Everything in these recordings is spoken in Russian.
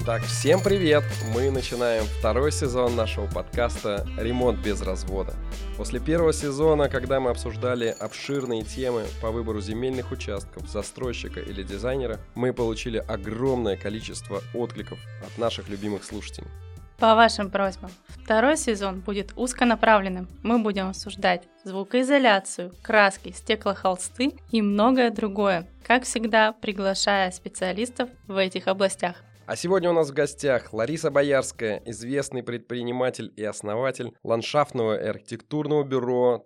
Так, всем привет! Мы начинаем второй сезон нашего подкаста «Ремонт без развода». После первого сезона, когда мы обсуждали обширные темы по выбору земельных участков, застройщика или дизайнера, мы получили огромное количество откликов от наших любимых слушателей. По вашим просьбам, второй сезон будет узконаправленным. Мы будем обсуждать звукоизоляцию, краски, стеклохолсты и многое другое, как всегда, приглашая специалистов в этих областях. А сегодня у нас в гостях Лариса Боярская, известный предприниматель и основатель ландшафтного и архитектурного бюро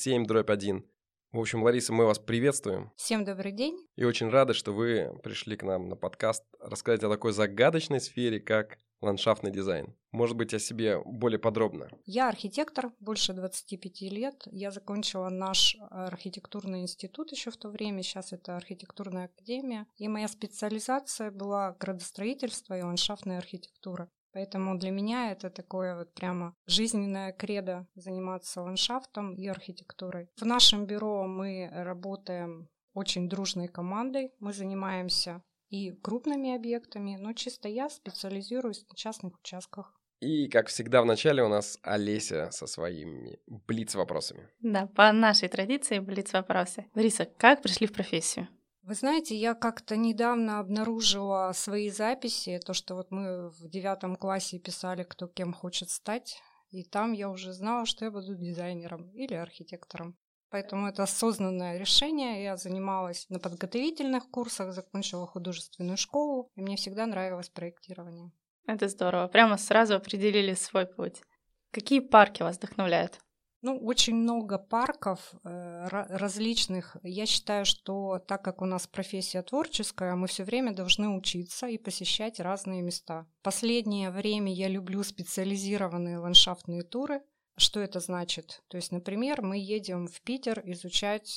37/1. В общем, Лариса, мы вас приветствуем. Всем добрый день. И очень рады, что вы пришли к нам на подкаст рассказать о такой загадочной сфере, как ландшафтный дизайн. Может быть, о себе более подробно. Я архитектор, больше 25 лет. Я закончила наш архитектурный институт еще в то время, сейчас это архитектурная академия. И моя специализация была градостроительство и ландшафтная архитектура. Поэтому для меня это такое вот прямо жизненное кредо заниматься ландшафтом и архитектурой. В нашем бюро мы работаем очень дружной командой. Мы занимаемся и крупными объектами, но чисто я специализируюсь на частных участках. И, как всегда, в начале у нас Олеся со своими блиц-вопросами. Да, по нашей традиции блиц-вопросы. Лариса, как пришли в профессию? Вы знаете, я как-то недавно обнаружила свои записи, то, что вот мы в 9 классе писали, кто кем хочет стать, и там я уже знала, что я буду дизайнером или архитектором. Поэтому это осознанное решение. Я занималась на подготовительных курсах, закончила художественную школу, и мне всегда нравилось проектирование. Это здорово. Прямо сразу определили свой путь. Какие парки вас вдохновляют? Очень много парков различных. Я считаю, что так как у нас профессия творческая, мы все время должны учиться и посещать разные места. В последнее время я люблю специализированные ландшафтные туры. Что это значит? То есть, например, мы едем в Питер изучать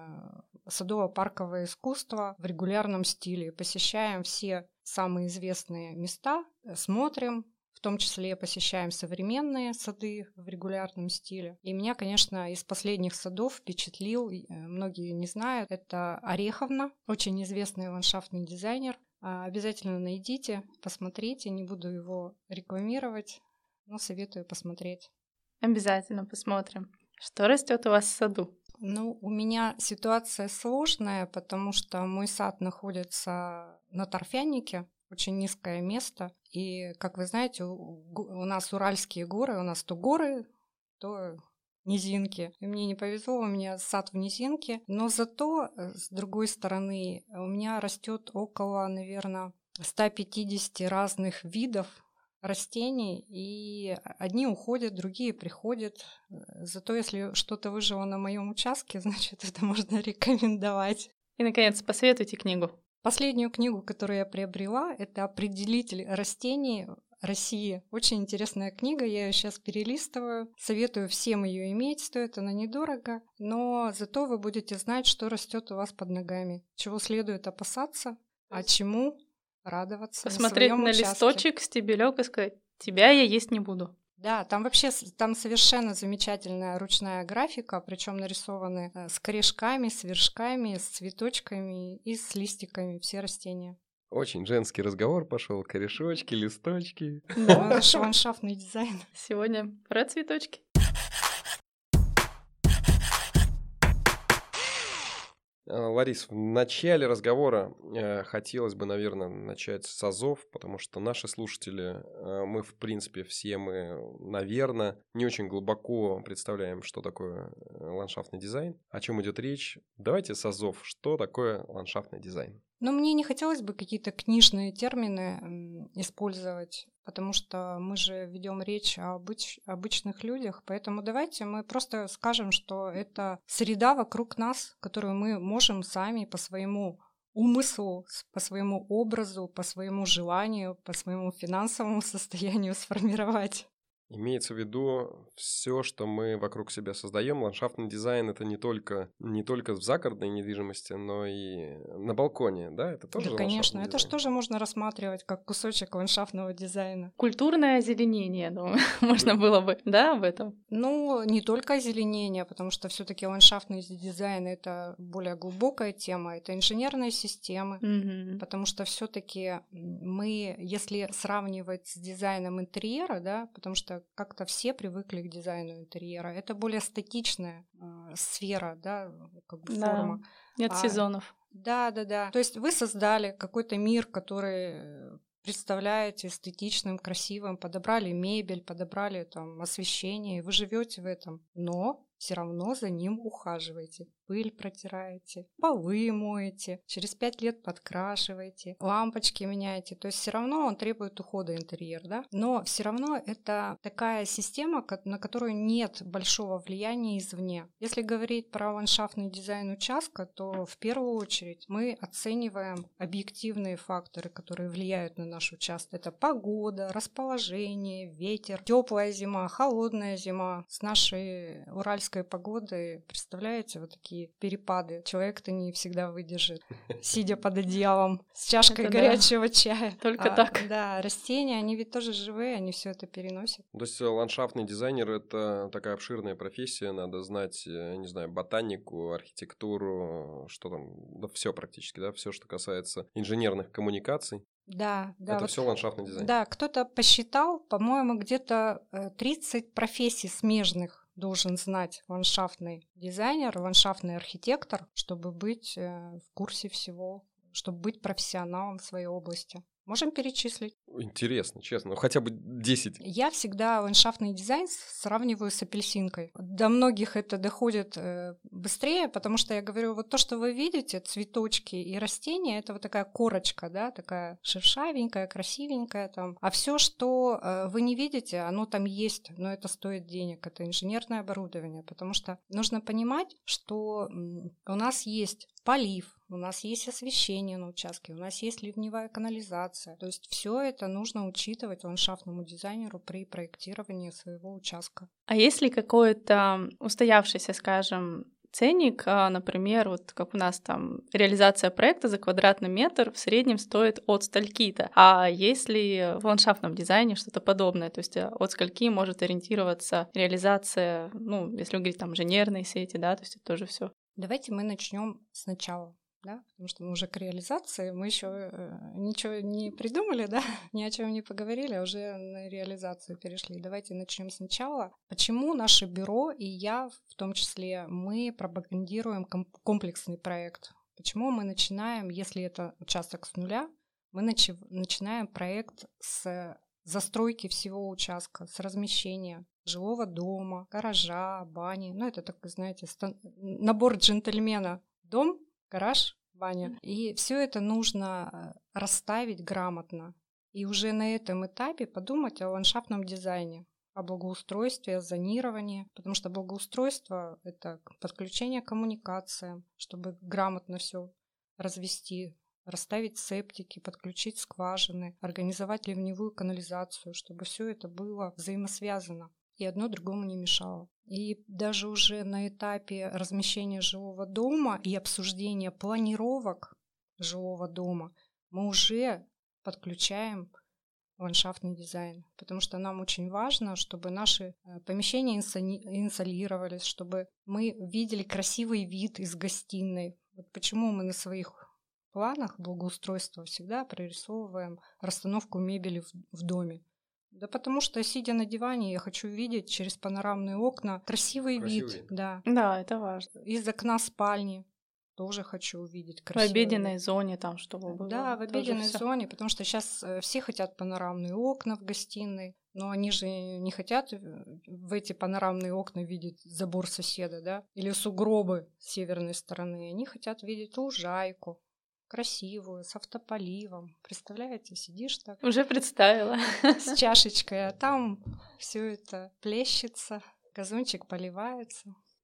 садово-парковое искусство в регулярном стиле, посещаем все самые известные места, смотрим, в том числе посещаем современные сады в регулярном стиле. И меня, конечно, из последних садов впечатлил, многие не знают, это Ореховна, очень известный ландшафтный дизайнер. Обязательно найдите, посмотрите, не буду его рекламировать, но советую посмотреть. Обязательно посмотрим. Что растет у вас в саду? У меня ситуация сложная, потому что мой сад находится на торфянике, очень низкое место. И, как вы знаете, у нас Уральские горы, у нас то горы, то низинки. И мне не повезло, у меня сад в низинке. Но зато, с другой стороны, у меня растет около, наверное, 150 разных видов растений, и одни уходят, другие приходят. Зато если что-то выжило на моем участке, значит, это можно рекомендовать. И, наконец, посоветуйте книгу. Последнюю книгу, которую я приобрела, это «Определитель растений России». Очень интересная книга, я ее сейчас перелистываю. Советую всем ее иметь, стоит она недорого, но зато вы будете знать, что растет у вас под ногами, чего следует опасаться, а чему радоваться. Посмотреть на листочек, стебелек и сказать: тебя я есть не буду. Да, там совершенно замечательная ручная графика, причем нарисованы с корешками, с вершками, с цветочками и с листиками все растения. Очень женский разговор пошел. Корешочки, листочки. Да, это ландшафтный дизайн. Сегодня про цветочки. Ларис, в начале разговора хотелось бы, наверное, начать с азов, потому что наши слушатели, мы, в принципе, все мы, наверное, не очень глубоко представляем, что такое ландшафтный дизайн, о чем идет речь. Давайте с азов, что такое ландшафтный дизайн? Мне не хотелось бы какие-то книжные термины использовать, потому что мы же ведем речь о обычных людях, поэтому давайте мы просто скажем, что это среда вокруг нас, которую мы можем сами по своему умыслу, по своему образу, по своему желанию, по своему финансовому состоянию сформировать. Имеется в виду все, что мы вокруг себя создаем. Ландшафтный дизайн — это не только в загородной недвижимости, но и на балконе, да? Это тоже Да, ландшафтный конечно, это же дизайн? тоже можно рассматривать как кусочек ландшафтного дизайна. Культурное озеленение, думаю, можно было бы, да, об этом? Ну, не только озеленение, потому что все-таки ландшафтный дизайн — это более глубокая тема, это инженерные системы, потому что все-таки мы, если сравнивать с дизайном интерьера, да, потому что как-то все привыкли к дизайну интерьера, это более статичная сфера, да, как бы форма. Нет сезонов. Да. То есть вы создали какой-то мир, который представляете эстетичным, красивым, подобрали мебель, подобрали там освещение, и вы живете в этом, но все равно за ним ухаживаете. Пыль протираете, полы моете, через 5 лет подкрашиваете, лампочки меняете. То есть все равно он требует ухода, интерьер, да? Но все равно это такая система, на которую нет большого влияния извне. Если говорить про ландшафтный дизайн участка, то в первую очередь мы оцениваем объективные факторы, которые влияют на наш участок. Это погода, расположение, ветер, теплая зима, холодная зима. С нашей уральской погодой, представляете, вот такие перепады. Человек-то не всегда выдержит, сидя под одеялом с чашкой горячего чая. Только так. Да, растения, они ведь тоже живые, они все это переносят. То есть ландшафтный дизайнер — это такая обширная профессия, надо знать, не знаю, ботанику, архитектуру, что там, да все практически, да, все, что касается инженерных коммуникаций. Да. Это вот, все ландшафтный дизайн. Да, кто-то посчитал, по-моему, где-то 30 профессий смежных должен знать ландшафтный дизайнер, ландшафтный архитектор, чтобы быть в курсе всего, чтобы быть профессионалом в своей области. Можем перечислить. Интересно, честно, хотя бы 10. Я всегда ландшафтный дизайн сравниваю с апельсинкой. До многих это доходит быстрее, потому что я говорю, вот то, что вы видите, цветочки и растения, это вот такая корочка, да, такая шершавенькая, красивенькая там. А все, что вы не видите, оно там есть, но это стоит денег, это инженерное оборудование, потому что нужно понимать, что у нас есть полив, у нас есть освещение на участке, у нас есть ливневая канализация. То есть все это нужно учитывать ландшафтному дизайнеру при проектировании своего участка. А есть ли какой-то устоявшийся, скажем, ценник, например, вот как у нас там реализация проекта за квадратный метр в среднем стоит от стольки-то, а есть ли в ландшафтном дизайне что-то подобное, то есть от скольки может ориентироваться реализация, ну, если говорить там инженерные сети, да, то есть это тоже все. Давайте мы начнем сначала. Да? Потому что мы уже к реализации, мы еще ничего не придумали, да? Ни о чем не поговорили, а уже на реализацию перешли. Давайте начнем сначала. Почему наше бюро и я, в том числе, мы пропагандируем комплексный проект? Почему мы начинаем, если это участок с нуля, мы начинаем проект с застройки всего участка, с размещения жилого дома, гаража, бани. Ну, это такой, знаете, набор джентльмена. Дом, гараж, баня. И все это нужно расставить грамотно. И уже на этом этапе подумать о ландшафтном дизайне, о благоустройстве, о зонировании. Потому что благоустройство — это подключение к коммуникациям, чтобы грамотно все развести, расставить септики, подключить скважины, организовать ливневую канализацию, чтобы все это было взаимосвязано и одно другому не мешало. И даже уже на этапе размещения жилого дома и обсуждения планировок жилого дома мы уже подключаем ландшафтный дизайн, потому что нам очень важно, чтобы наши помещения инсолировались, чтобы мы видели красивый вид из гостиной. Вот почему мы на своих планах благоустройства всегда прорисовываем расстановку мебели в доме. Да потому что, сидя на диване, я хочу видеть через панорамные окна красивый вид. Да, это важно. Из окна спальни тоже хочу увидеть красивый. В обеденной зоне там, чтобы было. Да, в обеденной зоне, потому что сейчас все хотят панорамные окна в гостиной, но они же не хотят в эти панорамные окна видеть забор соседа, да, или сугробы с северной стороны. Они хотят видеть лужайку. Красивую, с автополивом. Представляете, сидишь так. Уже представила. С чашечкой, а там все это плещется, газончик поливается.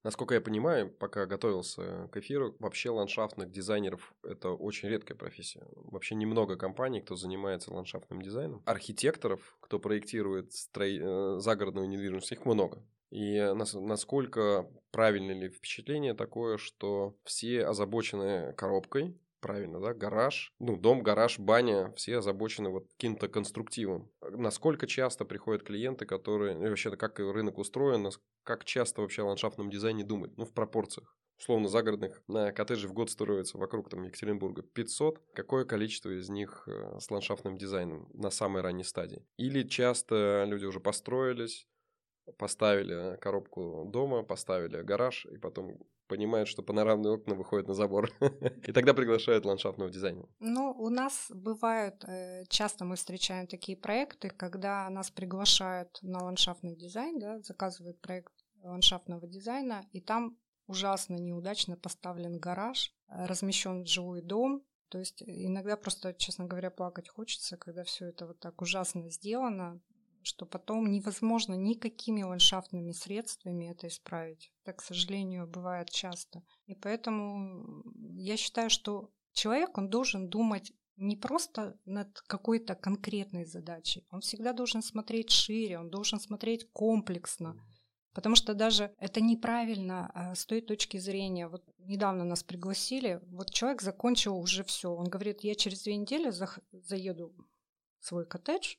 Насколько я понимаю, пока готовился к эфиру, вообще ландшафтных дизайнеров – это очень редкая профессия. Вообще немного компаний, кто занимается ландшафтным дизайном. Архитекторов, кто проектирует загородную недвижимость, их много. И насколько правильно ли впечатление такое, что все озабочены коробкой, правильно, да, гараж, дом, гараж, баня, все озабочены вот каким-то конструктивом. Насколько часто приходят клиенты, которые, вообще, как рынок устроен, как часто вообще о ландшафтном дизайне думают, в пропорциях. Условно, загородных коттеджей в год строится вокруг Екатеринбурга 500. Какое количество из них с ландшафтным дизайном на самой ранней стадии? Или часто люди уже построились, поставили коробку дома, поставили гараж, и потом понимают, что панорамные окна выходят на забор. И тогда приглашают ландшафтного дизайнера. У нас бывают, часто мы встречаем такие проекты, когда нас приглашают на ландшафтный дизайн, да, заказывают проект ландшафтного дизайна, и там ужасно неудачно поставлен гараж, размещен жилой дом. То есть иногда просто, честно говоря, плакать хочется, когда все это вот так ужасно сделано, что потом невозможно никакими ландшафтными средствами это исправить. Так, к сожалению, бывает часто. И поэтому я считаю, что человек, он должен думать не просто над какой-то конкретной задачей, он всегда должен смотреть шире, он должен смотреть комплексно. Потому что даже это неправильно с той точки зрения. Вот недавно нас пригласили, вот человек закончил уже все. Он говорит, я через 2 недели заеду в свой коттедж,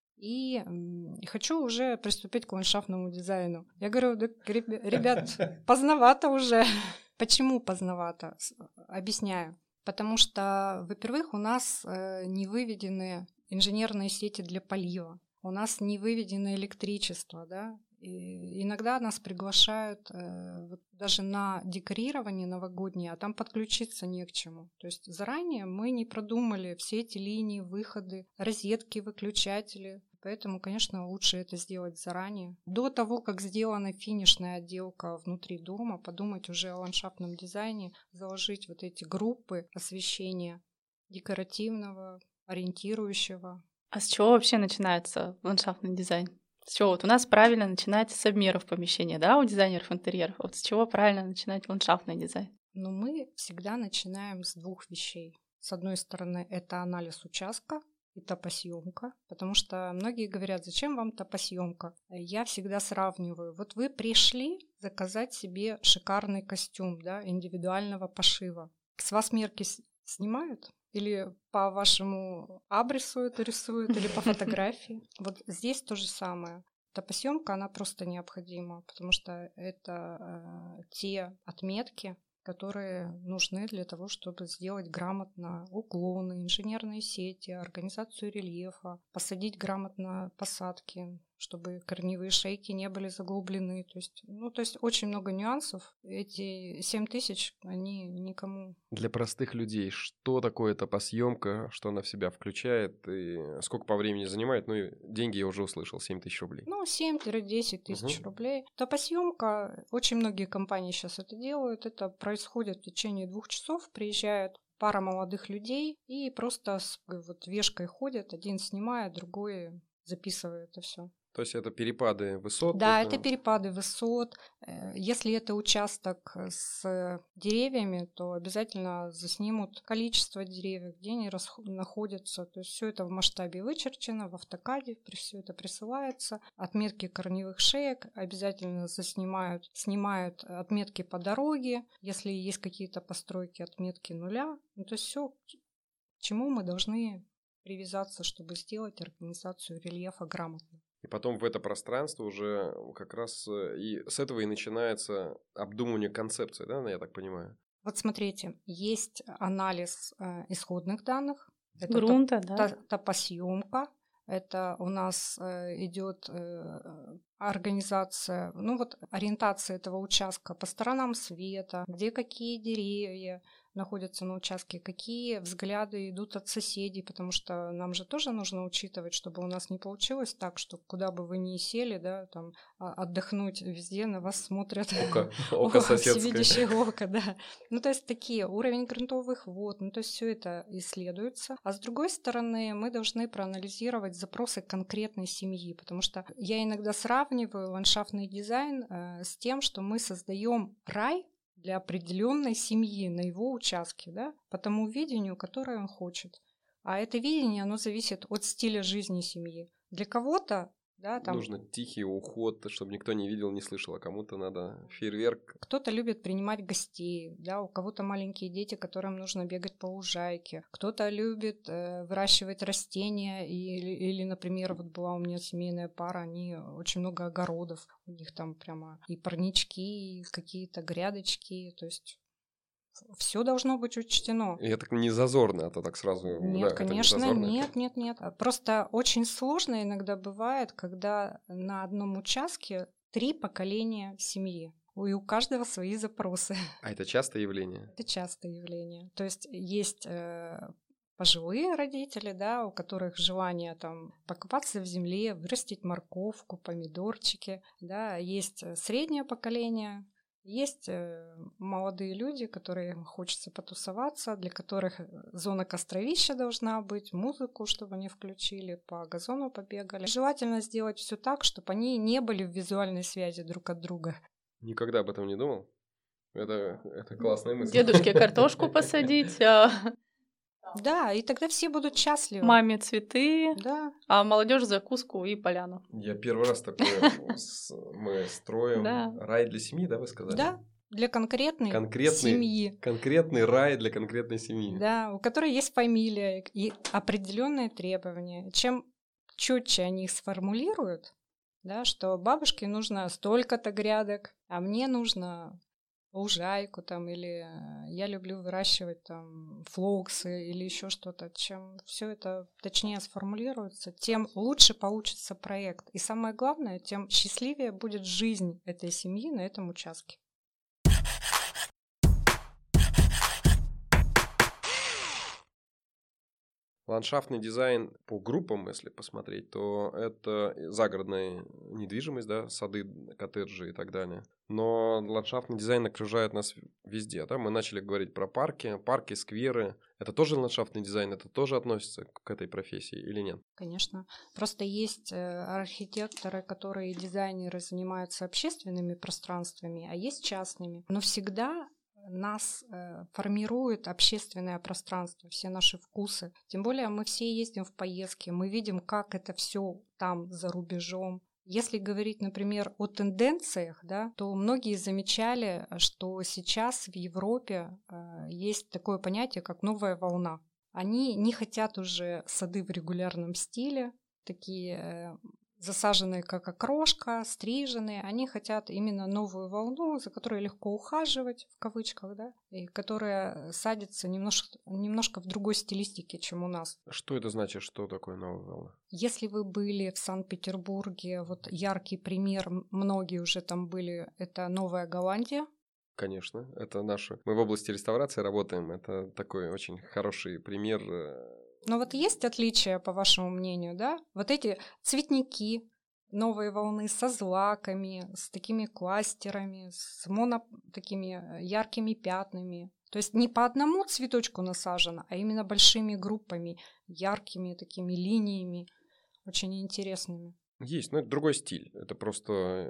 и хочу уже приступить к ландшафтному дизайну. Я говорю, да, ребят, поздновато уже. Почему поздновато? Объясняю. Потому что, во-первых, у нас не выведены инженерные сети для полива, у нас не выведено электричество, да. И иногда нас приглашают даже на декорирование новогоднее, а там подключиться не к чему. То есть заранее мы не продумали все эти линии, выходы, розетки, выключатели. Поэтому, конечно, лучше это сделать заранее. До того, как сделана финишная отделка внутри дома, подумать уже о ландшафтном дизайне, заложить вот эти группы освещения декоративного, ориентирующего. А с чего вообще начинается ландшафтный дизайн? С чего? Вот у нас правильно начинается с обмеров помещения, да, у дизайнеров интерьеров. Вот с чего правильно начинать ландшафтный дизайн? Мы всегда начинаем с 2 вещей. С одной стороны, это анализ участка и топосъемка, потому что многие говорят, зачем вам топосъемка? Я всегда сравниваю. Вот вы пришли заказать себе шикарный костюм, да, индивидуального пошива. С вас мерки снимают? Или по вашему абрису это рисуют, или по фотографии. Вот здесь то же самое. Топосъемка, она просто необходима, потому что это те отметки, которые нужны для того, чтобы сделать грамотно уклоны, инженерные сети, организацию рельефа, посадить грамотно посадки, чтобы корневые шейки не были заглублены. То есть очень много нюансов. Эти 7000, они никому... Для простых людей, что такое топосъемка, что она в себя включает и сколько по времени занимает? И деньги я уже услышал, 7000 рублей. 7-10 тысяч рублей. Топосъемка, очень многие компании сейчас это делают. Это происходит в течение 2 часов. Приезжают пара молодых людей и просто с вешкой ходят. Один снимает, другой записывает это все. То есть это перепады высот? Да, это перепады высот. Если это участок с деревьями, то обязательно заснимут количество деревьев, где они находятся. То есть все это в масштабе вычерчено, в автокаде, все это присылается. Отметки корневых шеек обязательно снимают отметки по дороге. Если есть какие-то постройки, отметки нуля. То есть все, к чему мы должны привязаться, чтобы сделать организацию рельефа грамотно. И потом в это пространство уже как раз и с этого и начинается обдумывание концепции, да, я так понимаю? Вот смотрите, есть анализ исходных данных. Грунта, да. Топосъемка. Это у нас идет организация, ориентация этого участка по сторонам света, где какие деревья находятся на участке, какие взгляды идут от соседей, потому что нам же тоже нужно учитывать, чтобы у нас не получилось так, что куда бы вы ни сели, да, там отдохнуть, везде на вас смотрят око соседское. Всевидящее око, да. То есть такие, уровень грунтовых вод, то есть все это исследуется. А с другой стороны, мы должны проанализировать запросы конкретной семьи, потому что я иногда сравниваю сравниваю ландшафтный дизайн с тем, что мы создаем рай для определенной семьи на его участке, да, по тому видению, которое он хочет. А это видение, оно зависит от стиля жизни семьи. Для кого-то, да, там... Нужно тихий уход, чтобы никто не видел, не слышал, а кому-то надо фейерверк. Кто-то любит принимать гостей, да, у кого-то маленькие дети, которым нужно бегать по лужайке. Кто-то любит выращивать растения или, например, вот была у меня семейная пара, они очень много огородов, у них там прямо и парнички, и какие-то грядочки, то есть все должно быть учтено. И это не зазорно, а то так сразу... Нет, да, конечно, это не зазорно, нет. Просто очень сложно иногда бывает, когда на одном участке 3 поколения семьи. И у каждого свои запросы. А это частое явление? Это частое явление. То есть есть пожилые родители, да, у которых желание там покопаться в земле, вырастить морковку, помидорчики, да, есть среднее поколение. Есть молодые люди, которым хочется потусоваться, для которых зона костровища должна быть, музыку, чтобы они включили, по газону побегали. Желательно сделать все так, чтобы они не были в визуальной связи друг от друга. Никогда об этом не думал. Это классная мысль. Дедушке картошку посадить, Да, и тогда все будут счастливы. маме цветы, Да. а молодежь закуску и поляну. Я первый раз такое мы строим. Да. Рай для семьи, да, вы сказали? Да, для конкретной семьи. Конкретный рай для конкретной семьи. Да, у которой есть фамилия и определенные требования. Чем четче они их сформулируют, да, что бабушке нужно столько-то грядок, а мне нужно лужайку там, или я люблю выращивать там флоксы или еще что-то. Чем все это точнее сформулируется, тем лучше получится проект. И самое главное, тем счастливее будет жизнь этой семьи на этом участке. Ландшафтный дизайн по группам, если посмотреть, то это загородная недвижимость, да, сады, коттеджи и так далее. Но ландшафтный дизайн окружает нас везде, да. Мы начали говорить про парки, скверы. Это тоже ландшафтный дизайн, это тоже относится к этой профессии или нет? Конечно. Просто есть архитекторы, которые дизайнеры занимаются общественными пространствами, а есть частными. Но всегда нас формирует общественное пространство, все наши вкусы. Тем более мы все ездим в поездки, мы видим, как это все там за рубежом. Если говорить, например, о тенденциях, да, то многие замечали, что сейчас в Европе есть такое понятие, как новая волна. Они не хотят уже сады в регулярном стиле, такие засаженные как окрошка, стриженные. Они хотят именно новую волну, за которой легко ухаживать, в кавычках, да, и которая садится немножко в другой стилистике, чем у нас. Что это значит, что такое новая волна? Если вы были в Санкт-Петербурге, вот яркий пример, многие уже там были, это Новая Голландия. Конечно, это наши. Мы в области реставрации работаем, это такой очень хороший пример. Но вот есть отличия, по вашему мнению, да? Вот эти цветники новой волны со злаками, с такими кластерами, с такими яркими пятнами. То есть не по одному цветочку насажено, а именно большими группами, яркими такими линиями, очень интересными. Есть, но это другой стиль. Это просто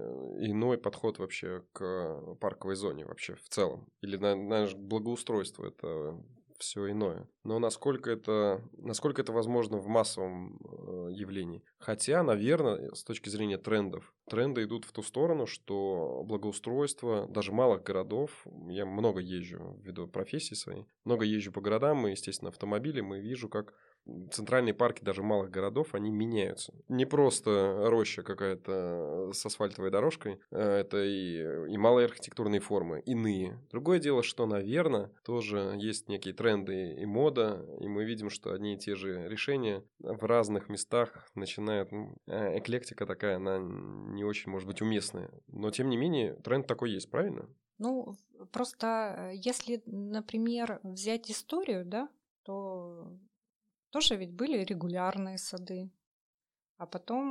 иной подход вообще к парковой зоне вообще в целом. Или на наше благоустройство. Это все иное. Но насколько это возможно в массовом явлении? Хотя, наверное, с точки зрения трендов, тренды идут в ту сторону, что благоустройство даже малых городов, я много езжу ввиду профессии своей, много езжу по городам, и, естественно, автомобилем, и вижу, как центральные парки даже малых городов, они меняются. Не просто роща какая-то с асфальтовой дорожкой, это и малые архитектурные формы, иные. Другое дело, что, наверное, тоже есть некие тренды и мода, и мы видим, что одни и те же решения в разных местах начинают... эклектика такая, она не очень, может быть, уместная. Но, тем не менее, тренд такой есть, правильно? Ну, просто если, например, взять историю, да, то... Тоже ведь были регулярные сады, а потом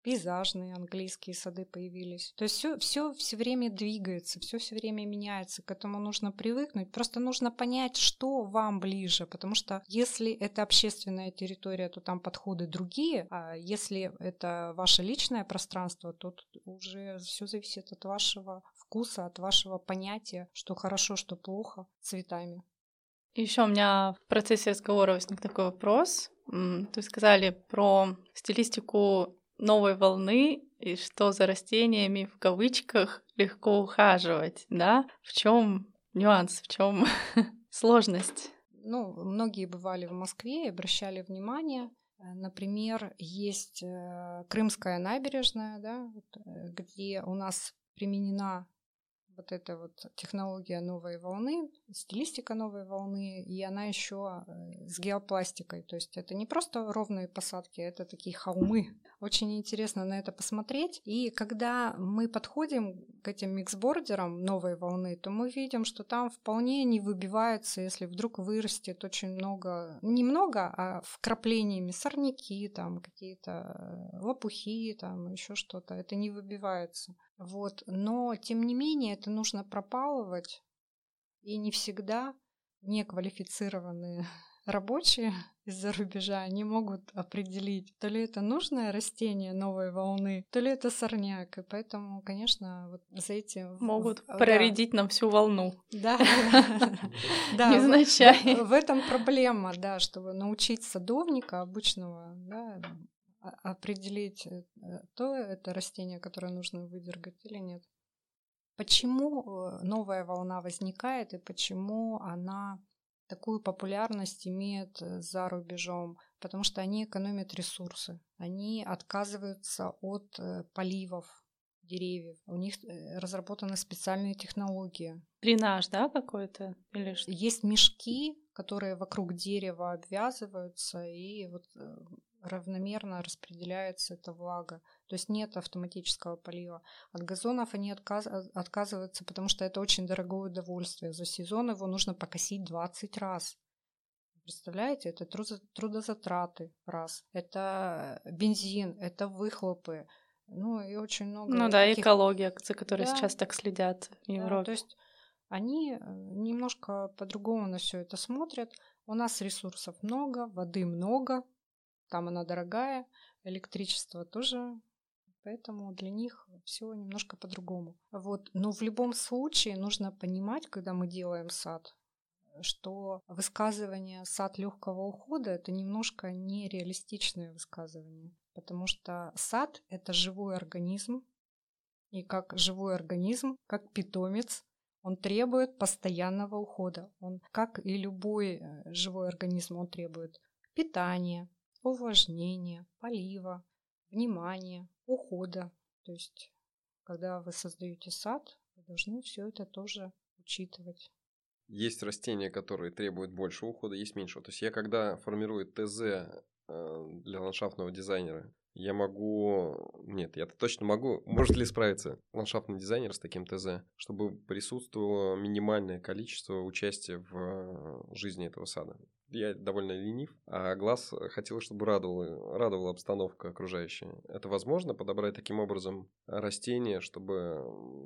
пейзажные английские сады появились. То есть все время двигается, все время меняется. К этому нужно привыкнуть. Просто нужно понять, что вам ближе. Потому что если это общественная территория, то там подходы другие. А если это ваше личное пространство, то тут уже все зависит от вашего вкуса, от вашего понятия, что хорошо, что плохо, цветами. Еще у меня в процессе разговора возник такой вопрос. Вы сказали про стилистику новой волны и что за растениями в кавычках легко ухаживать, да? В чем нюанс, в чем сложность? Многие бывали в Москве и обращали внимание. Например, есть Крымская набережная, да, где у нас применена вот эта вот технология новой волны, стилистика новой волны, и она еще с геопластикой. То есть это не просто ровные посадки, это такие холмы. Очень интересно на это посмотреть. И когда мы подходим к этим миксбордерам новой волны, то мы видим, что там вполне не выбивается, если вдруг вырастет очень много, немного, а вкраплениями сорняки, там какие-то лопухи, там еще что-то. Это не выбивается. Вот. Но, тем не менее, это нужно пропалывать, и не всегда неквалифицированные рабочие из-за рубежа, они могут определить, то ли это нужное растение новой волны, то ли это сорняк. И поэтому, конечно, вот за этим... Могут проредить нам всю волну. Да, Невзначай. В этом проблема, да, чтобы научить садовника обычного, да, определить, то это растение, которое нужно выдергать или нет. Почему новая волна возникает и почему она такую популярность имеет за рубежом? Потому что они экономят ресурсы, они отказываются от поливов деревьев, у них разработаны специальные технологии. Дренаж, да, какой-то? Или что? Есть мешки, которые вокруг дерева обвязываются, и вот равномерно распределяется эта влага. То есть нет автоматического полива. От газонов они отказываются, потому что это очень дорогое удовольствие. За сезон его нужно покосить 20 раз. Представляете, это трудозатраты раз. Это бензин, это выхлопы. И очень много... Ну да, экология, за которой сейчас так следят в Европе. Да, то есть они немножко по-другому на все это смотрят. У нас ресурсов много, воды много, там она дорогая, электричество тоже, поэтому для них все немножко по-другому. Вот. Но в любом случае нужно понимать, когда мы делаем сад, что высказывание «сад легкого ухода» — это немножко нереалистичное высказывание, потому что сад — это живой организм, и как живой организм, как питомец, он требует постоянного ухода. Он, как и любой живой организм, он требует питания, увлажнения, полива, внимания, ухода. То есть, когда вы создаете сад, вы должны все это тоже учитывать. Есть растения, которые требуют больше ухода, есть меньше. То есть я когда формирую ТЗ для ландшафтного дизайнера, я точно могу. Может ли справиться ландшафтный дизайнер с таким ТЗ, чтобы присутствовало минимальное количество участия в жизни этого сада? Я довольно ленив, а глаз хотел, чтобы радовала обстановка окружающая. Это возможно подобрать таким образом растения, чтобы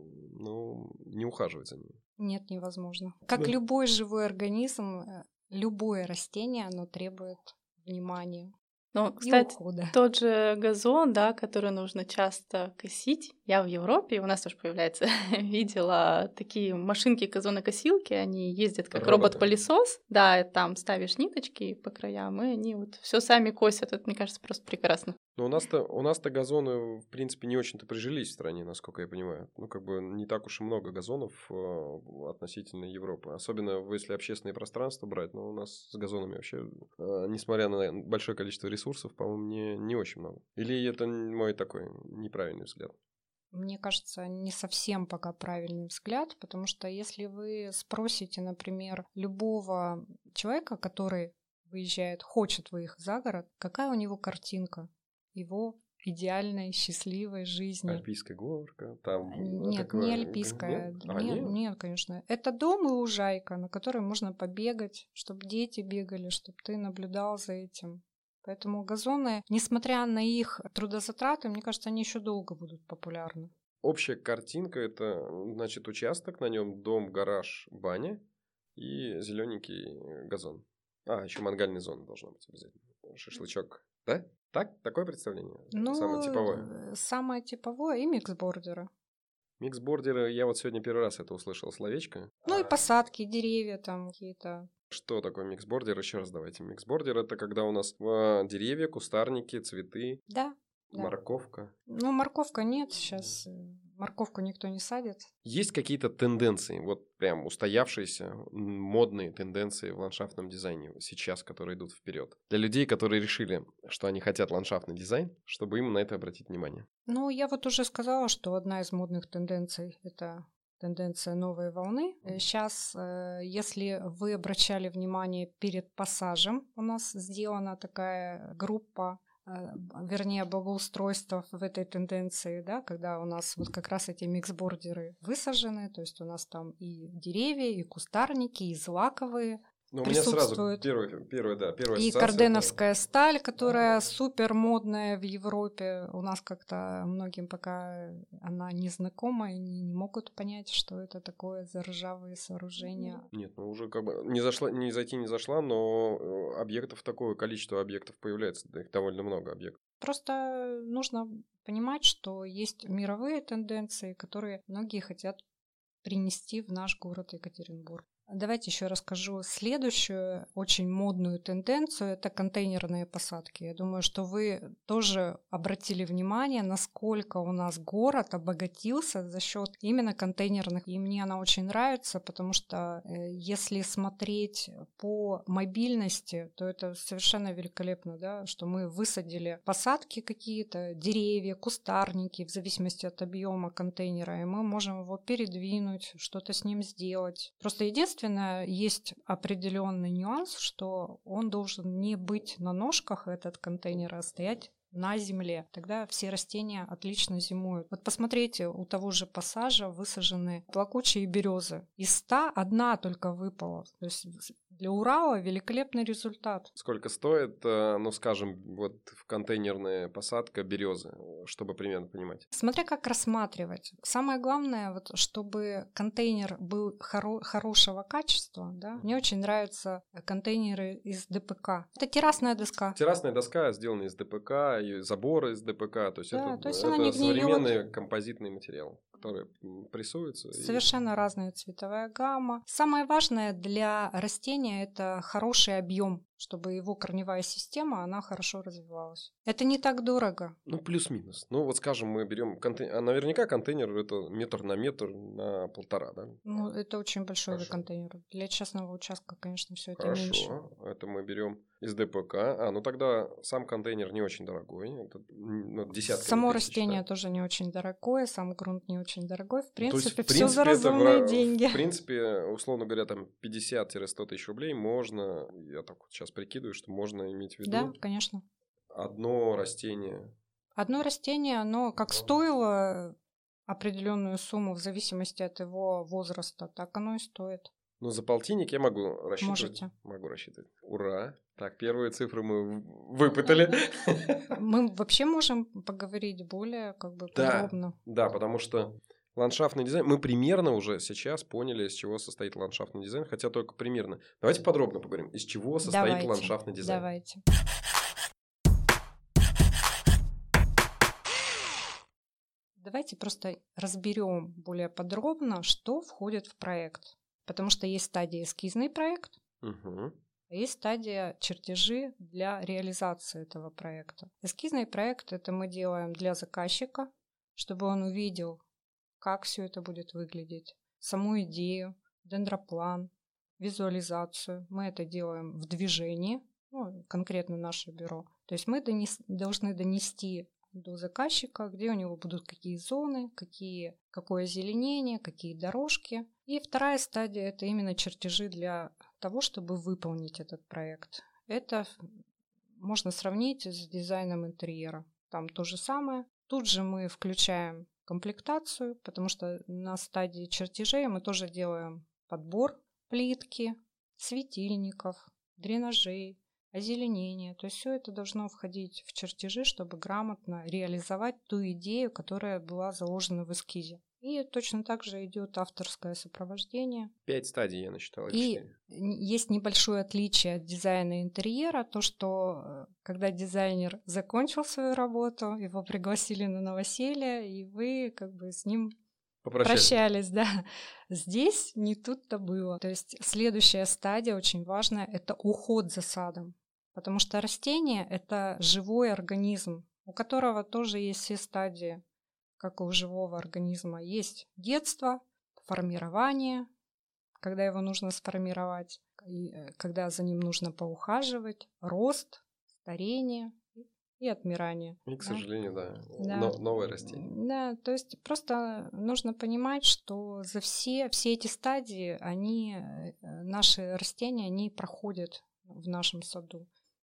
не ухаживать за ними? Нет, невозможно. Как любой живой организм, любое растение, оно требует внимания. Ну, кстати, тот же газон, да, который нужно часто косить. Я в Европе, у нас тоже появляется, видела такие машинки газонокосилки, они ездят как робот-пылесос. Да, там ставишь ниточки по краям, и они вот все сами косят. Это, мне кажется, просто прекрасно. Но у нас-то газоны, в принципе, не очень-то прижились в стране, насколько я понимаю. Не так уж и много газонов относительно Европы. Особенно, если общественные пространства брать. Но у нас с газонами вообще, несмотря на большое количество ресурсов, по-моему, не очень много. Или это мой такой неправильный взгляд? Мне кажется, не совсем пока правильный взгляд, потому что если вы спросите, например, любого человека, который хочет выехать за город, какая у него картинка его идеальной, счастливой жизни? Альпийская горка, там... Нет, не альпийская. Нет, конечно. Это дом и лужайка, на которой можно побегать, чтобы дети бегали, чтобы ты наблюдал за этим. Поэтому газоны, несмотря на их трудозатраты, мне кажется, они еще долго будут популярны. Общая картинка – это, значит, участок, на нем дом, гараж, баня и зелененький газон. Еще мангальная зона должна быть обязательно. Шашлычок. Да? Так? Такое представление? Самое типовое. Самое типовое и миксбордеры. Миксбордеры, я вот сегодня первый раз это услышал словечко. И посадки, деревья там какие-то. Что такое миксбордер? Еще раз давайте. Миксбордер – это когда у нас деревья, кустарники, цветы, Да. морковка. Морковка нет, сейчас морковку никто не садит. Есть какие-то тенденции, вот прям устоявшиеся, модные тенденции в ландшафтном дизайне сейчас, которые идут вперед? Для людей, которые решили, что они хотят ландшафтный дизайн, чтобы им на это обратить внимание. Я вот уже сказала, что одна из модных тенденций – это тенденция новой волны. Сейчас, если вы обращали внимание, перед пассажем у нас сделана такая группа, вернее, благоустройство в этой тенденции, да, когда у нас вот как раз эти миксбордеры высажены, то есть у нас там и деревья, и кустарники, и злаковые. У меня сразу первая и карденовская сталь, которая супер модная в Европе. У нас как-то многим пока она не знакома, и не могут понять, что это такое за ржавые сооружения. Нет, уже как бы не зашла, но объектов такое количество объектов появляется, их довольно много объектов. Просто нужно понимать, что есть мировые тенденции, которые многие хотят принести в наш город Екатеринбург. Давайте еще расскажу следующую очень модную тенденцию. Это контейнерные посадки. Я думаю, что вы тоже обратили внимание, насколько у нас город обогатился за счет именно контейнерных. И мне она очень нравится, потому что если смотреть по мобильности, то это совершенно великолепно, да, что мы высадили посадки какие-то, деревья, кустарники, в зависимости от объема контейнера, и мы можем его передвинуть, что-то с ним сделать. Просто единственное, есть определенный нюанс, что он должен не быть на ножках, этот контейнер, а стоять на земле. Тогда все растения отлично зимуют. Вот посмотрите, у того же пассажа высажены плакучие березы. Из 100 одна только выпала. То есть для Урала великолепный результат. Сколько стоит, скажем, вот в контейнерная посадка березы, чтобы примерно понимать? Смотря как рассматривать. Самое главное, вот, чтобы контейнер был хорошего качества. Да? Мне очень нравятся контейнеры из ДПК. Это террасная доска. Террасная доска сделана из ДПК, и заборы из ДПК. То есть это современный композитный материал, который прессуется. Совершенно разная цветовая гамма. Самое важное для растения – это хороший объем, чтобы его корневая система, она хорошо развивалась. Это не так дорого. Плюс-минус. Вот скажем, мы берем контейнер. Наверняка контейнер это метр на 1,5 да? Это очень большой контейнер. Для частного участка, конечно, все это Хорошо. меньше. Это мы берем из ДПК. Тогда сам контейнер не очень дорогой. Это десятки. Само растение тоже не очень дорогое, сам грунт не очень дорогой. В принципе, все за разумные деньги. В принципе, условно говоря, там 50-100 тысяч рублей можно, я так вот сейчас прикидываю, что можно иметь в виду. Да, конечно. Одно растение. Одно растение, оно как стоило определенную сумму в зависимости от его возраста, так оно и стоит. За полтинник я могу рассчитывать. Можете. Могу рассчитывать. Ура! Так, первые цифры мы выпытали. Мы вообще можем поговорить более подробно. Да, потому что ландшафтный дизайн, мы примерно уже сейчас поняли, из чего состоит ландшафтный дизайн, хотя только примерно. Давайте подробно поговорим, из чего состоит ландшафтный дизайн. Давайте. Давайте просто разберем более подробно, что входит в проект. Потому что есть стадия эскизный проект, а есть стадия чертежи для реализации этого проекта. Эскизный проект – это мы делаем для заказчика, чтобы он увидел, как все это будет выглядеть, саму идею, дендроплан, визуализацию. Мы это делаем в движении, конкретно наше бюро. То есть мы должны донести до заказчика, где у него будут какие зоны, какое озеленение, какие дорожки. И вторая стадия – это именно чертежи для того, чтобы выполнить этот проект. Это можно сравнить с дизайном интерьера. Там то же самое. Тут же мы включаем комплектацию, потому что на стадии чертежей мы тоже делаем подбор плитки, светильников, дренажей, озеленение. То есть все это должно входить в чертежи, чтобы грамотно реализовать ту идею, которая была заложена в эскизе. И точно так же идет авторское сопровождение. 5 стадий я насчитал. И есть небольшое отличие от дизайна интерьера, то, что когда дизайнер закончил свою работу, его пригласили на новоселье, и вы как бы с ним прощались, да. Здесь не тут-то было. То есть следующая стадия очень важная – это уход за садом. Потому что растение – это живой организм, у которого тоже есть все стадии, как и у живого организма. Есть детство, формирование, когда его нужно сформировать, и когда за ним нужно поухаживать, рост, старение и отмирание. И, к сожалению, новое растение. Да, то есть просто нужно понимать, что за все эти стадии наши растения, они проходят в нашем саду.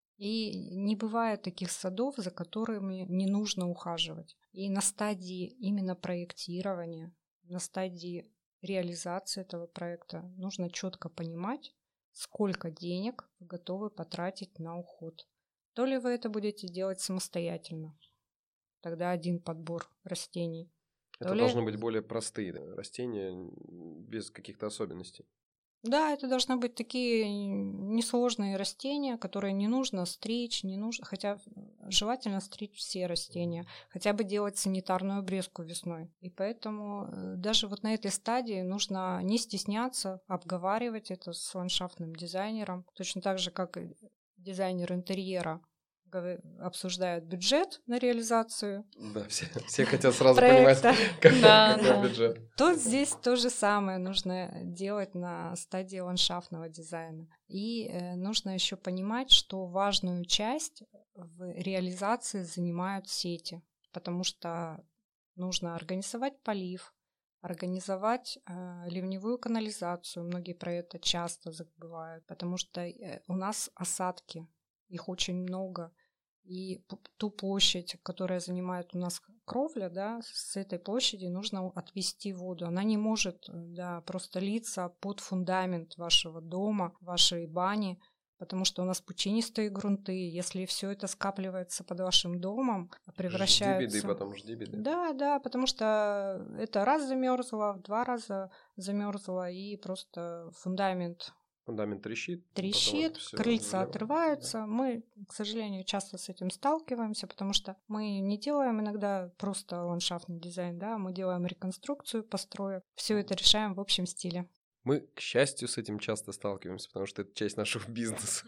И не бывает таких садов, за которыми не нужно ухаживать. И на стадии именно проектирования, на стадии реализации этого проекта нужно четко понимать, сколько денег вы готовы потратить на уход. То ли вы это будете делать самостоятельно, тогда один подбор растений. Это должны быть более простые растения, без каких-то особенностей. Да, это должны быть такие несложные растения, которые не нужно стричь, хотя желательно стричь все растения, хотя бы делать санитарную обрезку весной. И поэтому даже вот на этой стадии нужно не стесняться обговаривать это с ландшафтным дизайнером, точно так же, как и дизайнер интерьера обсуждают бюджет на реализацию. Да, все хотят сразу понимать, какой бюджет. Тут здесь то же самое нужно делать на стадии ландшафтного дизайна. И нужно еще понимать, что важную часть в реализации занимают сети, потому что нужно организовать полив, организовать ливневую канализацию. Многие про это часто забывают, потому что у нас осадки, их очень много. И ту площадь, которая занимает у нас кровля, да, с этой площади нужно отвести воду. Она не может просто литься под фундамент вашего дома, вашей бани, потому что у нас пучинистые грунты. Если все это скапливается под вашим домом, превращается... Жди беды. Да, потому что это раз замерзло, 2 раза замерзло, и просто фундамент трещит, крыльца отрываются. Да. Мы, к сожалению, часто с этим сталкиваемся, потому что мы не делаем иногда просто ландшафтный дизайн, да, мы делаем реконструкцию построек. Все это решаем в общем стиле. Мы, к счастью, с этим часто сталкиваемся, потому что это часть нашего бизнеса.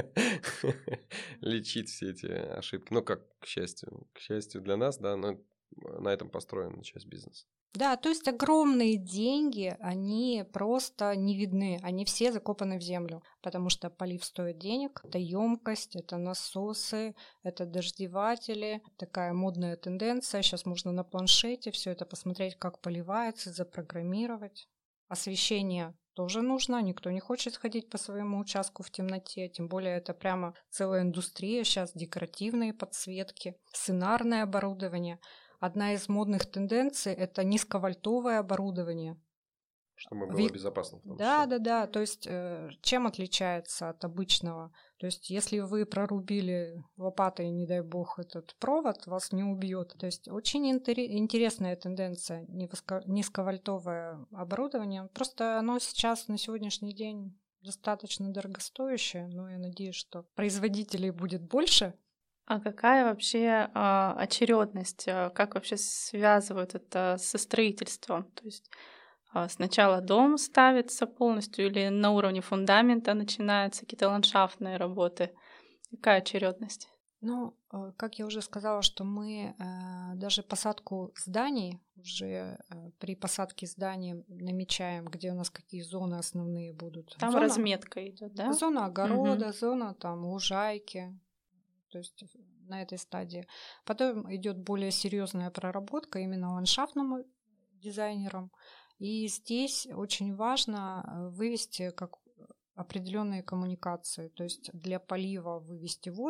Лечить все эти ошибки. Ну, как к счастью для нас, да, но на этом построена часть бизнеса. Да, то есть огромные деньги, они просто не видны, они все закопаны в землю, потому что полив стоит денег, это емкость, это насосы, это дождеватели, такая модная тенденция, сейчас можно на планшете все это посмотреть, как поливается, запрограммировать. Освещение тоже нужно, никто не хочет ходить по своему участку в темноте, тем более это прямо целая индустрия сейчас, декоративные подсветки, сценарное оборудование. Одна из модных тенденций – это низковольтовое оборудование. Чтобы было безопасно. Да. То есть чем отличается от обычного? То есть если вы прорубили лопатой, не дай бог, этот провод, вас не убьет. То есть очень интересная тенденция низковольтовое оборудование. Просто оно сейчас на сегодняшний день достаточно дорогостоящее, но я надеюсь, что производителей будет больше. А какая вообще очередность? Как вообще связывают это со строительством? То есть сначала дом ставится полностью или на уровне фундамента начинаются какие-то ландшафтные работы? Какая очередность? Ну, как я уже сказала, что мы даже посадку зданий, уже при посадке зданий намечаем, где у нас какие зоны основные будут. Там разметка идет, да? Зона огорода, зона там лужайки. То есть на этой стадии. Потом идет более серьезная проработка именно ландшафтным дизайнером. И здесь очень важно вывести как определенные коммуникации. То есть для полива вывести воду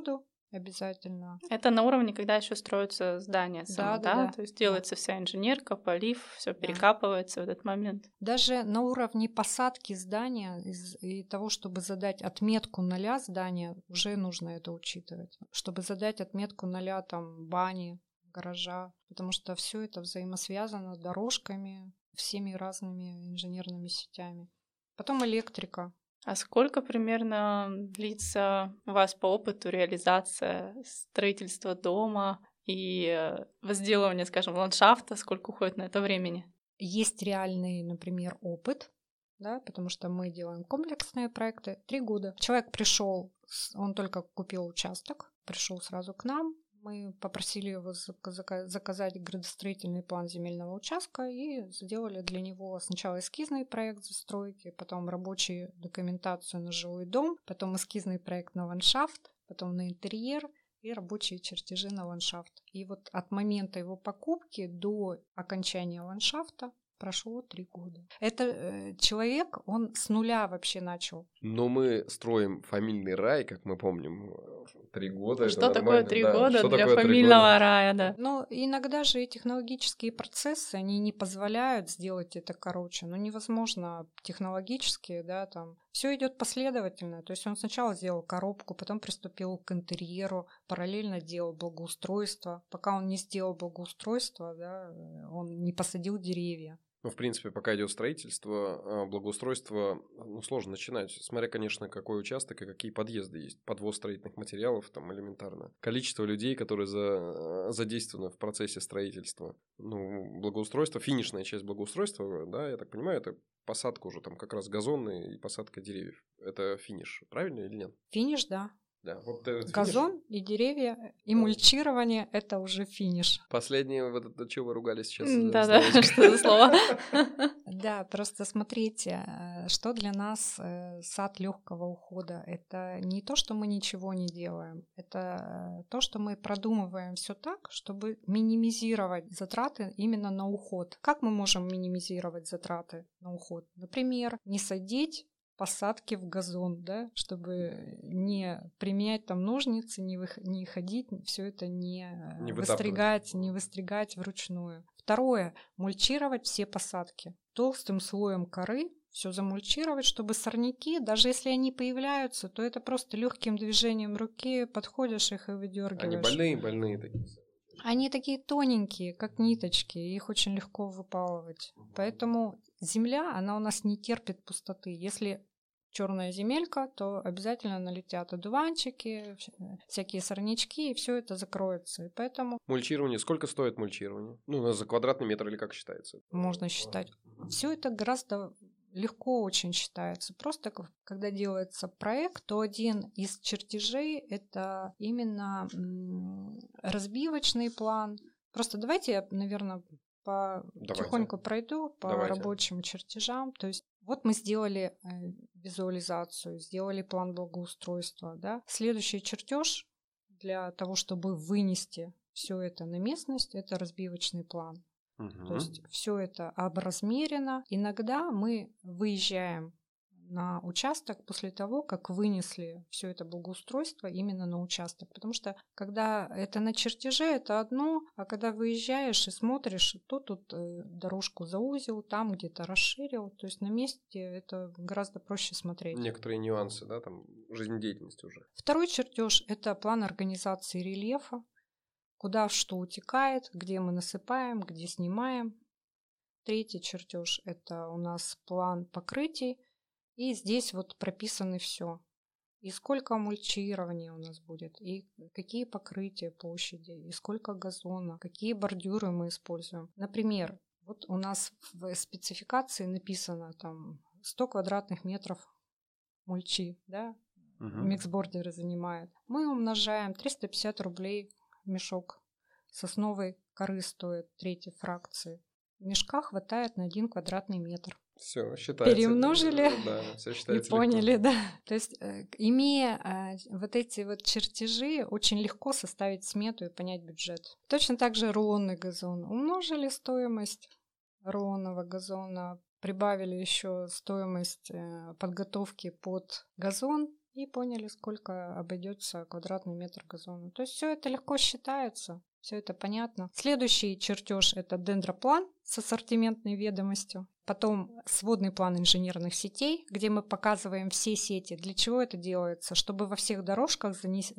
обязательно. Это на уровне, когда еще строится здание само, Да. То есть делается вся инженерка, полив, все перекапывается в этот момент. Даже на уровне посадки здания и того, чтобы задать отметку 0 здания, уже нужно это учитывать. Чтобы задать отметку 0 там бани, гаража, потому что все это взаимосвязано дорожками, всеми разными инженерными сетями. Потом электрика. А сколько примерно длится у вас по опыту реализация строительства дома и возделывания, скажем, ландшафта? Сколько уходит на это времени? Есть реальный, например, опыт, да, потому что мы делаем комплексные проекты. 3 года. Человек пришел, он только купил участок, пришел сразу к нам. Мы попросили его заказать градостроительный план земельного участка и сделали для него сначала эскизный проект застройки, потом рабочую документацию на жилой дом, потом эскизный проект на ландшафт, потом на интерьер и рабочие чертежи на ландшафт. И вот от момента его покупки до окончания ландшафта прошло 3 года. Это человек, он с нуля вообще начал. Но мы строим фамильный рай, как мы помним, 3 года. Что это такое нормально. 3 Да, года что для такое 3 фамильного года? рая, да? Но иногда же и технологические процессы, они не позволяют сделать это короче. Ну, невозможно технологически, да, там. Все идет последовательно. То есть он сначала сделал коробку, потом приступил к интерьеру, параллельно делал благоустройство. Пока он не сделал благоустройство, да, он не посадил деревья. Ну, в принципе, пока идет строительство, благоустройство, сложно начинать. Смотря, конечно, какой участок и какие подъезды есть. Подвоз строительных материалов там элементарно. Количество людей, которые задействованы в процессе строительства. Ну, благоустройство, финишная часть благоустройства, да, я так понимаю, это посадка уже там как раз газонные и посадка деревьев. Это финиш, правильно или нет? Финиш, да. Да, вот этот Газон финиш. и деревья, и мульчирование – это уже финиш. Последнее, вот это, что вы ругались сейчас? Да-да, что за слово? Да, просто смотрите, что для нас сад легкого ухода. Это не то, что мы ничего не делаем, это то, что мы продумываем все так, чтобы минимизировать затраты именно на уход. Как мы можем минимизировать затраты на уход? Например, не садить посадки в газон, да, чтобы не применять там ножницы, не ходить, все это не выстригать вручную. Второе, мульчировать все посадки. Толстым слоем коры все замульчировать, чтобы сорняки, даже если они появляются, то это просто легким движением руки подходишь их и выдергиваешь. Они больные такие. Они такие тоненькие, как ниточки, их очень легко выпалывать. Поэтому земля, она у нас не терпит пустоты. Если черная земелька, то обязательно налетят одуванчики, всякие сорнячки, и все это закроется. И поэтому... Мульчирование. Сколько стоит мульчирование? Ну, за квадратный метр или как считается? Можно считать. Все это гораздо легко очень считается. Просто когда делается проект, то один из чертежей – это именно разбивочный план. Просто давайте я, наверное, потихоньку пройду по рабочим чертежам. То есть вот мы сделали визуализацию, сделали план благоустройства. Да? Следующий чертеж для того, чтобы вынести все это на местность, это разбивочный план. То есть все это образмерено. Иногда мы выезжаем на участок после того, как вынесли все это благоустройство именно на участок. Потому что когда это на чертеже, это одно, а когда выезжаешь и смотришь, то тут дорожку заузил, там где-то расширил. То есть на месте это гораздо проще смотреть. Некоторые нюансы, да, там жизнедеятельности уже. Второй чертеж – это план организации рельефа. Куда что утекает, где мы насыпаем, где снимаем. Третий чертеж – это у нас план покрытий. И здесь вот прописаны все. И сколько мульчирования у нас будет, и какие покрытия площади, и сколько газона, какие бордюры мы используем. Например, вот у нас в спецификации написано там 100 квадратных метров мульчи, да, миксбордеры занимают. Мы умножаем 350 рублей мешок сосновой коры стоит третьей фракции. Мешка хватает на 1 квадратный метр. Все, считается. Перемножили все считается и поняли, легко. Да. То есть, имея вот эти вот чертежи, очень легко составить смету и понять бюджет. Точно так же рулонный газон. Умножили стоимость рулонного газона, прибавили еще стоимость подготовки под газон, и поняли, сколько обойдется квадратный метр газона. То есть все это легко считается, все это понятно. Следующий чертеж — это дендроплан с ассортиментной ведомостью. Потом сводный план инженерных сетей, где мы показываем все сети. Для чего это делается? Чтобы во всех дорожках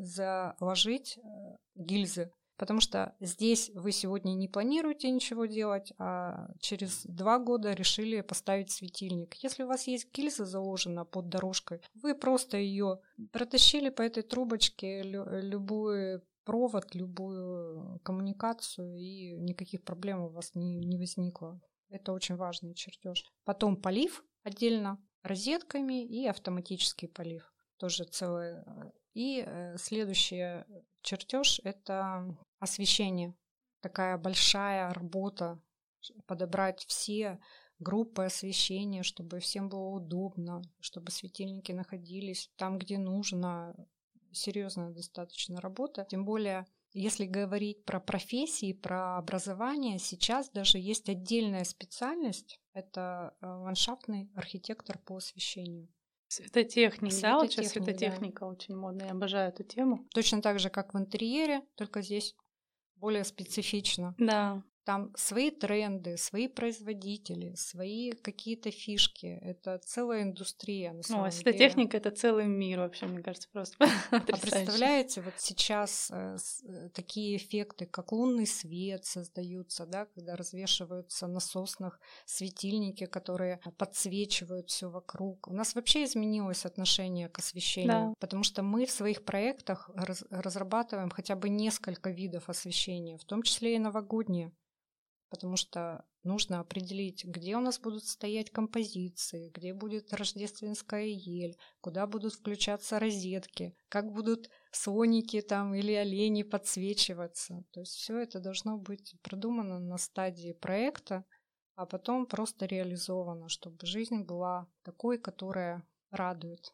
заложить гильзы. Потому что здесь вы сегодня не планируете ничего делать, а через 2 года решили поставить светильник. Если у вас есть гильза заложена под дорожкой, вы просто ее протащили по этой трубочке любой провод, любую коммуникацию, и никаких проблем у вас не возникло. Это очень важный чертеж. Потом полив отдельно розетками и автоматический полив. Тоже целое. И следующий чертеж — это освещение. Такая большая работа, подобрать все группы освещения, чтобы всем было удобно, чтобы светильники находились там, где нужно. Серьезная достаточно работа. Тем более, если говорить про профессии, про образование, сейчас даже есть отдельная специальность. Это ландшафтный архитектор по освещению. Светотехник, да? Вот сейчас светотехника очень модная, я обожаю эту тему. Точно так же, как в интерьере, только здесь более специфично. Да. Там свои тренды, свои производители, свои какие-то фишки. Это целая индустрия, на самом деле. Светотехника — это целый мир вообще, мне кажется, просто потрясающе. А представляете, вот сейчас такие эффекты, как лунный свет создаются, да, когда развешиваются на соснах светильники, которые подсвечивают все вокруг. У нас вообще изменилось отношение к освещению, потому что мы в своих проектах разрабатываем хотя бы несколько видов освещения, в том числе и новогодние. Потому что нужно определить, где у нас будут стоять композиции, где будет рождественская ель, куда будут включаться розетки, как будут слоники там или олени подсвечиваться. То есть все это должно быть продумано на стадии проекта, а потом просто реализовано, чтобы жизнь была такой, которая радует.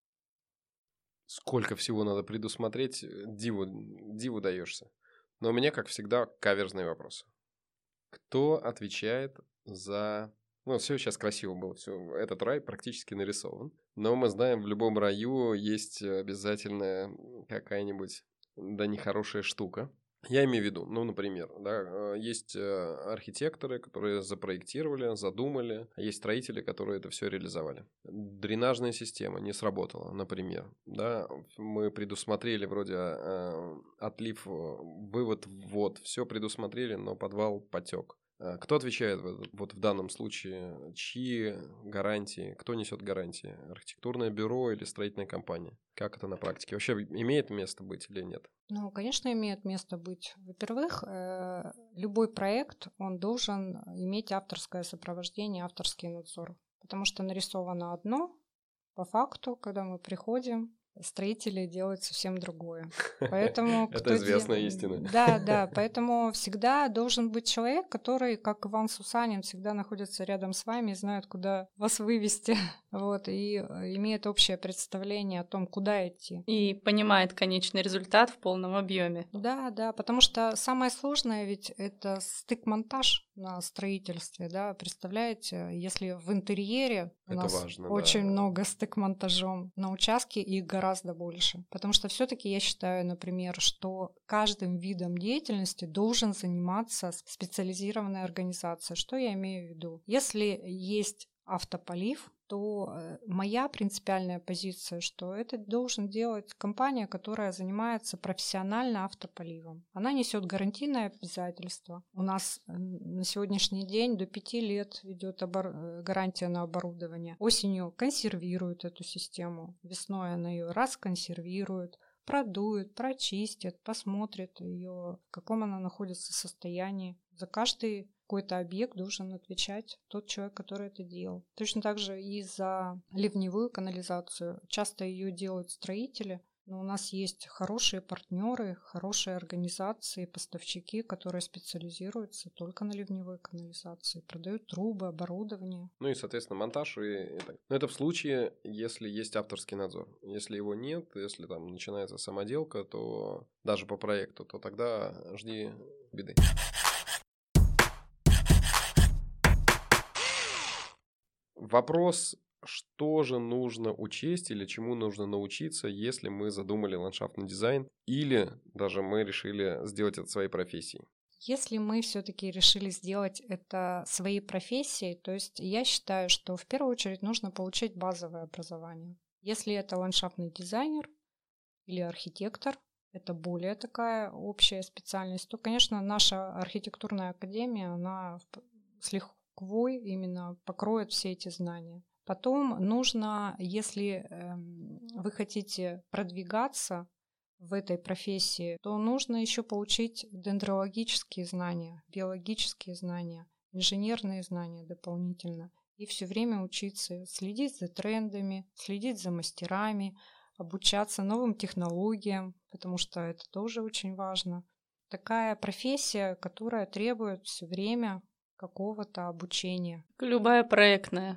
Сколько всего надо предусмотреть, диву даешься. Но у меня, как всегда, каверзные вопросы. Кто отвечает за... все сейчас красиво было, все, этот рай практически нарисован. Но мы знаем, в любом раю есть обязательно какая-нибудь, нехорошая штука. Я имею в виду, например, есть архитекторы, которые запроектировали, задумали, а есть строители, которые это все реализовали. Дренажная система не сработала, например. Мы предусмотрели вроде отлив, вывод, ввод, все предусмотрели, но подвал потек. Кто отвечает в данном случае? Чьи гарантии? Кто несет гарантии? Архитектурное бюро или строительная компания? Как это на практике? Вообще имеет место быть или нет? Конечно, имеет место быть. Во-первых, любой проект, он должен иметь авторское сопровождение, авторский надзор. Потому что нарисовано одно, по факту, когда мы приходим, строители делают совсем другое. Поэтому это известная истина. Да, поэтому всегда должен быть человек, который, как Иван Сусанин, всегда находится рядом с вами и знает, куда вас вывести, и имеет общее представление о том, куда идти. И понимает конечный результат в полном объеме. Да, потому что самое сложное ведь это стык-монтаж на строительстве, да, представляете, если в интерьере у нас очень много стык-монтажом, на участке их гораздо больше. Потому что все-таки я считаю, например, что каждым видом деятельности должен заниматься специализированная организация. Что я имею в виду? Если есть автополив, то моя принципиальная позиция, что это должен делать компания, которая занимается профессионально автополивом. Она несет гарантийное обязательство. У нас на сегодняшний день до 5 лет идет гарантия на оборудование. Осенью консервируют эту систему, весной она ее расконсервирует, продует, прочистит, посмотрит ее, в каком она находится состоянии. За каждый какой-то объект должен отвечать тот человек, который это делал. Точно так же и за ливневую канализацию. Часто ее делают строители, но у нас есть хорошие партнеры, хорошие организации, поставщики, которые специализируются только на ливневой канализации, продают трубы, оборудование. И, соответственно, монтаж Но это в случае, если есть авторский надзор. Если его нет, если там начинается самоделка, то даже по проекту, то тогда жди беды. Вопрос что же нужно учесть или чему нужно научиться, если мы задумали ландшафтный дизайн или даже мы решили сделать это своей профессией? Если мы все-таки решили сделать это своей профессией, то есть я считаю, что в первую очередь нужно получить базовое образование. Если это ландшафтный дизайнер или архитектор, это более такая общая специальность, то, конечно, наша архитектурная академия, она с лихвой именно покроет все эти знания. Потом нужно, если вы хотите продвигаться в этой профессии, то нужно еще получить дендрологические знания, биологические знания, инженерные знания дополнительно. И все время учиться, следить за трендами, следить за мастерами, обучаться новым технологиям, потому что это тоже очень важно. Такая профессия, которая требует все время какого-то обучения. Любая проектная.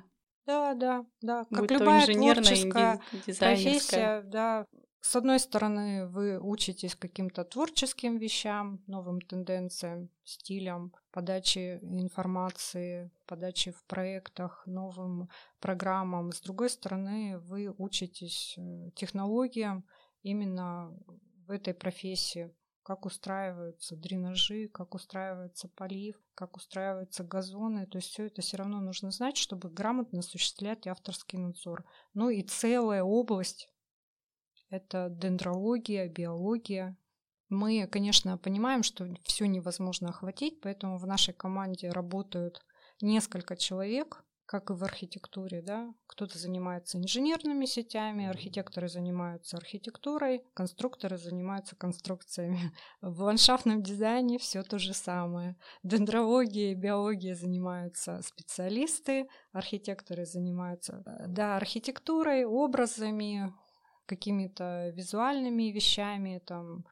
Да. Как Будь любая то инженерная, творческая дизайнерская. профессия, да. С одной стороны, вы учитесь каким-то творческим вещам, новым тенденциям, стилям, подачи информации, подачи в проектах, новым программам. С другой стороны, вы учитесь технологиям именно в этой профессии. Как устраиваются дренажи, как устраивается полив, как устраиваются газоны. То есть все это все равно нужно знать, чтобы грамотно осуществлять авторский надзор. Ну и целая область – это дендрология, биология. Мы, конечно, понимаем, что все невозможно охватить, поэтому в нашей команде работают несколько человек, как и в архитектуре, да. Кто-то занимается инженерными сетями, архитекторы занимаются архитектурой, конструкторы занимаются конструкциями. В ландшафтном дизайне все то же самое. Дендрологией, биологией занимаются специалисты, архитекторы занимаются, да, архитектурой, образами, какими-то визуальными вещами, там,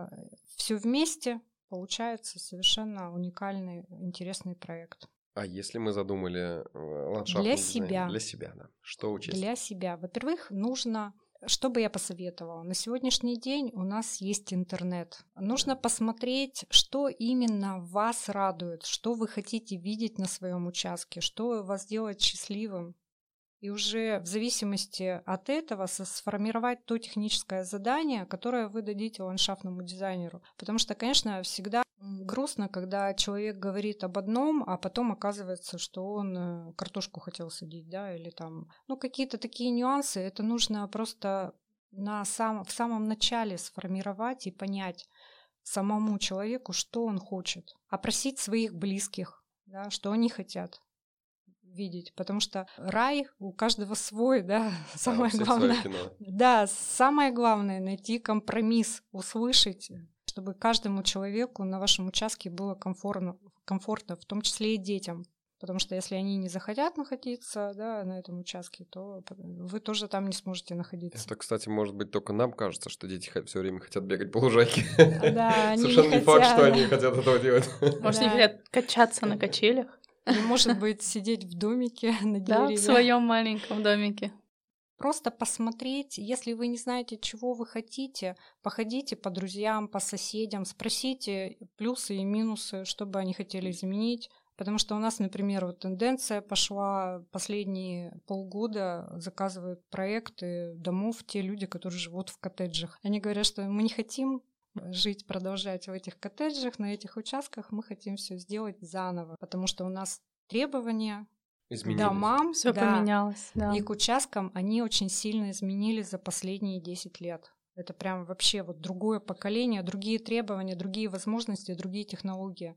все вместе получается совершенно уникальный, интересный проект. А если мы задумали ландшафтный дизайн для себя, да, что учесть? Для себя. Во-первых, нужно, что бы я посоветовала? На сегодняшний день у нас есть интернет. Нужно посмотреть, что именно вас радует, что вы хотите видеть на своем участке, что вас делает счастливым. И уже в зависимости от этого сформировать то техническое задание, которое вы дадите ландшафтному дизайнеру. Потому что, конечно, всегда грустно, когда человек говорит об одном, а потом оказывается, что он картошку хотел садить, да, или там, какие-то такие нюансы. Это нужно просто в самом начале сформировать и понять самому человеку, что он хочет. Опросить своих близких, да, что они хотят видеть, потому что рай у каждого свой, да, самое главное. Да, самое главное найти компромисс, услышать, чтобы каждому человеку на вашем участке было комфортно, в том числе и детям. Потому что если они не захотят находиться, да, на этом участке, то вы тоже там не сможете находиться. Это, кстати, может быть, только нам кажется, что дети все время хотят бегать по лужайке. Да, они совершенно не факт, что они хотят этого делать. Может, они хотят качаться на качелях? Или, может быть, сидеть в домике на дереве. Да, в своем маленьком домике. Просто посмотреть, если вы не знаете, чего вы хотите, походите по друзьям, по соседям, спросите плюсы и минусы, что бы они хотели изменить. Потому что у нас, например, вот тенденция пошла, последние полгода заказывают проекты домов те люди, которые живут в коттеджах. Они говорят, что мы не хотим продолжать в этих коттеджах, на этих участках, мы хотим все сделать заново, потому что у нас требования к домам, все поменялось, да. И к участкам, они очень сильно изменились за последние 10 лет. Это прям вообще вот другое поколение, другие требования, другие возможности, другие технологии.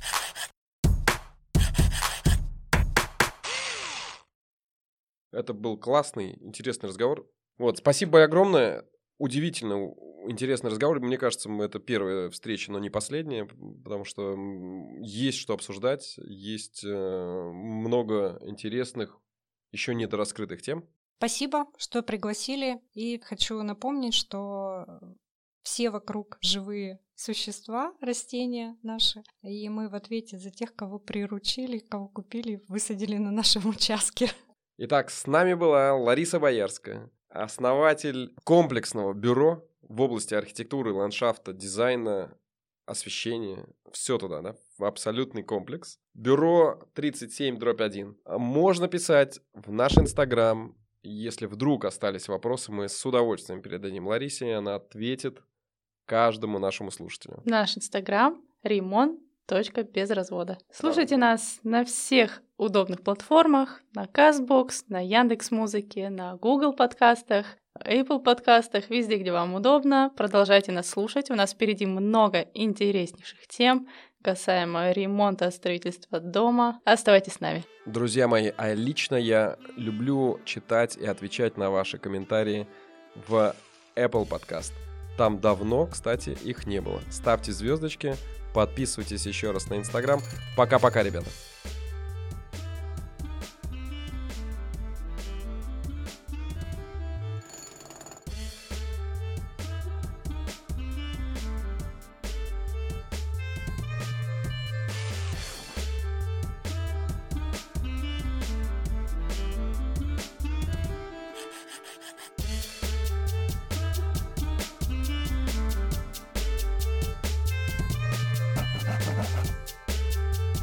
Это был классный, интересный разговор. Вот, спасибо огромное. Удивительно интересный разговор. Мне кажется, это первая встреча, но не последняя, потому что есть что обсуждать, есть много интересных, еще недораскрытых тем. Спасибо, что пригласили. И хочу напомнить, что все вокруг живые существа, растения наши. И мы в ответе за тех, кого приручили, кого купили, высадили на нашем участке. Итак, с нами была Лариса Боярская, основатель комплексного бюро в области архитектуры, ландшафта, дизайна освещение, все туда, да, в абсолютный комплекс. Бюро 37/1. Можно писать в наш Инстаграм. Если вдруг остались вопросы, мы с удовольствием передадим Ларисе, и она ответит каждому нашему слушателю. Наш Инстаграм ремонт.безразвода. Слушайте нас на всех удобных платформах, на Castbox, на Яндекс.Музыке, на Google подкастах, Apple подкастах, везде, где вам удобно. Продолжайте нас слушать. У нас впереди много интереснейших тем касаемо ремонта, строительства дома. Оставайтесь с нами. Друзья мои, а лично я люблю читать и отвечать на ваши комментарии в Apple Podcast. Там давно, кстати, их не было. Ставьте звездочки, подписывайтесь еще раз на Инстаграм. Пока-пока, ребята.